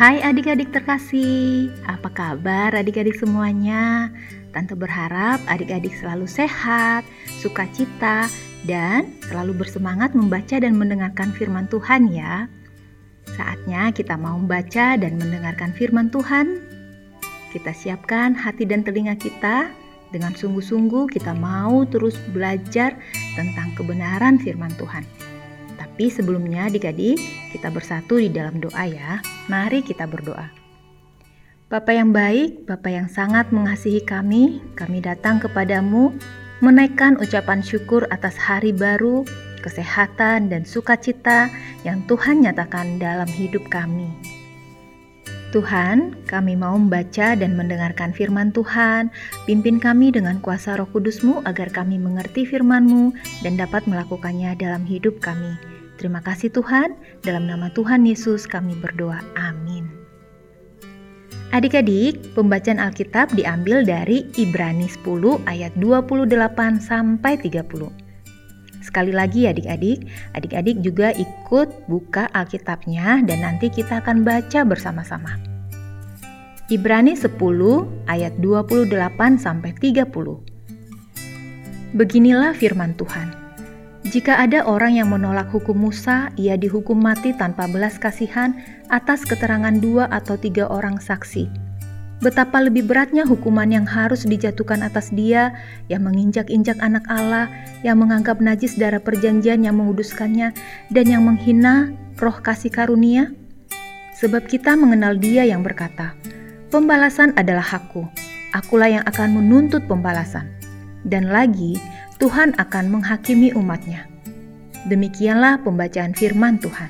Hai adik-adik terkasih, apa kabar adik-adik semuanya? Tante berharap adik-adik selalu sehat, sukacita, dan selalu bersemangat membaca dan mendengarkan firman Tuhan ya. Saatnya kita mau membaca dan mendengarkan firman Tuhan. Kita siapkan hati dan telinga kita, dengan sungguh-sungguh kita mau terus belajar tentang kebenaran firman Tuhan. Tapi sebelumnya adik-adik, kita bersatu di dalam doa ya. Mari kita berdoa. Bapa yang baik, Bapa yang sangat mengasihi kami datang kepadamu menaikkan ucapan syukur atas hari baru, kesehatan dan sukacita yang Tuhan nyatakan dalam hidup kami. Tuhan, kami mau membaca dan mendengarkan firman Tuhan. Pimpin kami dengan kuasa Roh Kudus-Mu agar kami mengerti firman-Mu dan dapat melakukannya dalam hidup kami. Terima kasih Tuhan, dalam nama Tuhan Yesus kami berdoa, amin. Adik-adik, pembacaan Alkitab diambil dari Ibrani 10 ayat 28 sampai 30. Sekali lagi adik-adik juga ikut buka Alkitabnya dan nanti kita akan baca bersama-sama. Ibrani 10 ayat 28 sampai 30. Beginilah firman Tuhan. Jika ada orang yang menolak hukum Musa, ia dihukum mati tanpa belas kasihan atas keterangan 2 atau 3 orang saksi. Betapa lebih beratnya hukuman yang harus dijatuhkan atas dia yang menginjak-injak anak Allah, yang menganggap najis darah perjanjian yang menguduskannya, dan yang menghina roh kasih karunia. Sebab kita mengenal dia yang berkata, "Pembalasan adalah hakku, akulah yang akan menuntut pembalasan." Dan lagi, Tuhan akan menghakimi umatnya. Demikianlah pembacaan firman Tuhan.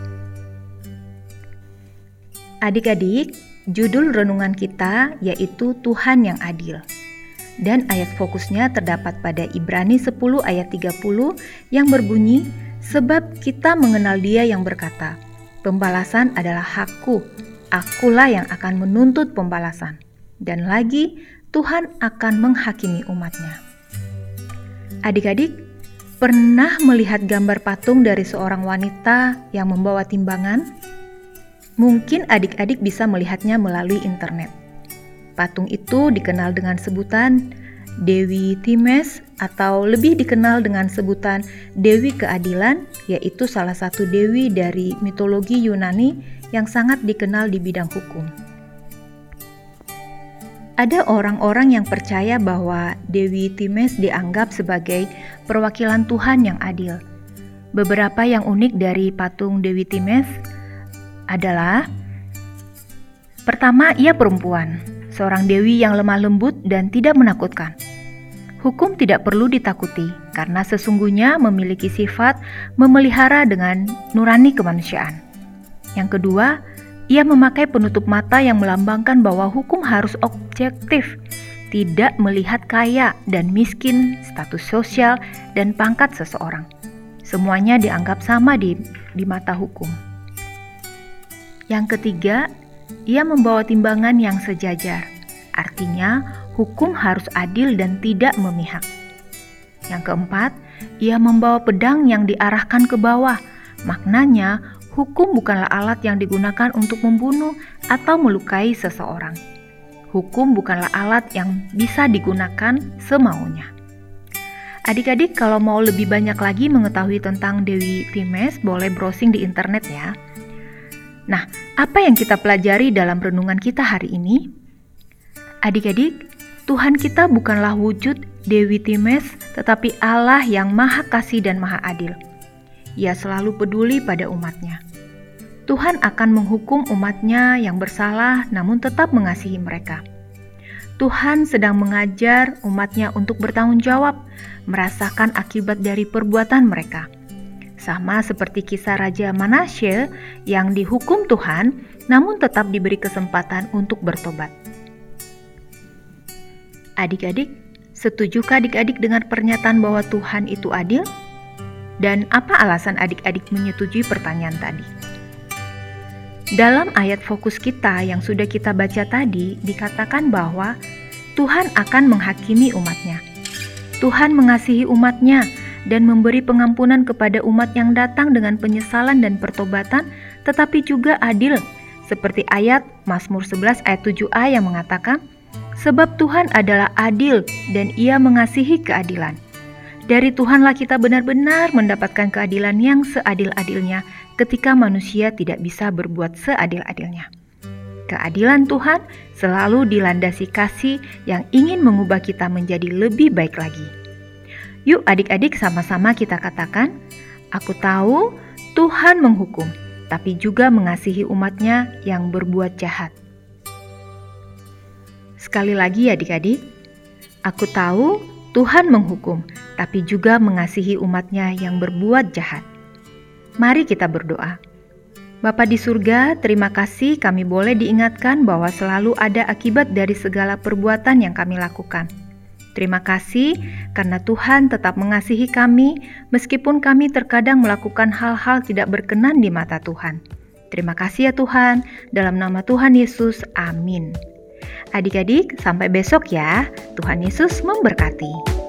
Adik-adik, judul renungan kita yaitu Tuhan yang adil. Dan ayat fokusnya terdapat pada Ibrani 10 ayat 30 yang berbunyi, "Sebab kita mengenal dia yang berkata, pembalasan adalah hakku, akulah yang akan menuntut pembalasan." Dan lagi, Tuhan akan menghakimi umatnya. Adik-adik, pernah melihat gambar patung dari seorang wanita yang membawa timbangan? Mungkin adik-adik bisa melihatnya melalui internet. Patung itu dikenal dengan sebutan Dewi Times atau lebih dikenal dengan sebutan Dewi Keadilan, yaitu salah satu dewi dari mitologi Yunani yang sangat dikenal di bidang hukum. Ada orang-orang yang percaya bahwa Dewi Times dianggap sebagai perwakilan Tuhan yang adil. Beberapa yang unik dari patung Dewi Times adalah: pertama, ia perempuan, seorang dewi yang lemah lembut dan tidak menakutkan. Hukum tidak perlu ditakuti karena sesungguhnya memiliki sifat memelihara dengan nurani kemanusiaan. Yang kedua, ia memakai penutup mata yang melambangkan bahwa hukum harus objektif, tidak melihat kaya dan miskin, status sosial, dan pangkat seseorang. Semuanya dianggap sama di mata hukum. Yang ketiga, ia membawa timbangan yang sejajar. Artinya, hukum harus adil dan tidak memihak. Yang keempat, ia membawa pedang yang diarahkan ke bawah. Maknanya, hukum bukanlah alat yang digunakan untuk membunuh atau melukai seseorang. Hukum bukanlah alat yang bisa digunakan semaunya. Adik-adik, kalau mau lebih banyak lagi mengetahui tentang Dewi Times, boleh browsing di internet ya. Nah, apa yang kita pelajari dalam renungan kita hari ini? Adik-adik, Tuhan kita bukanlah wujud Dewi Times, tetapi Allah yang Maha Kasih dan Maha Adil. Ia selalu peduli pada umatnya. Tuhan akan menghukum umatnya yang bersalah namun tetap mengasihi mereka. Tuhan sedang mengajar umatnya untuk bertanggung jawab, merasakan akibat dari perbuatan mereka. Sama seperti kisah Raja Manasye yang dihukum Tuhan namun tetap diberi kesempatan untuk bertobat. Adik-adik, setujukah adik-adik dengan pernyataan bahwa Tuhan itu adil? Dan apa alasan adik-adik menyetujui pertanyaan tadi? Dalam ayat fokus kita yang sudah kita baca tadi, dikatakan bahwa Tuhan akan menghakimi umatnya. Tuhan mengasihi umatnya dan memberi pengampunan kepada umat yang datang dengan penyesalan dan pertobatan, tetapi juga adil, seperti ayat Mazmur 11 ayat 7a yang mengatakan, "Sebab Tuhan adalah adil dan Ia mengasihi keadilan." Dari Tuhanlah kita benar-benar mendapatkan keadilan yang seadil-adilnya ketika manusia tidak bisa berbuat seadil-adilnya. Keadilan Tuhan selalu dilandasi kasih yang ingin mengubah kita menjadi lebih baik lagi. Yuk adik-adik sama-sama kita katakan, "Aku tahu Tuhan menghukum, tapi juga mengasihi umat-Nya yang berbuat jahat." Sekali lagi adik-adik, aku tahu Tuhan menghukum, tapi juga mengasihi umat-Nya yang berbuat jahat. Mari kita berdoa. Bapa di surga, terima kasih kami boleh diingatkan bahwa selalu ada akibat dari segala perbuatan yang kami lakukan. Terima kasih karena Tuhan tetap mengasihi kami meskipun kami terkadang melakukan hal-hal tidak berkenan di mata Tuhan. Terima kasih ya Tuhan, dalam nama Tuhan Yesus, amin. Adik-adik, sampai besok ya. Tuhan Yesus memberkati.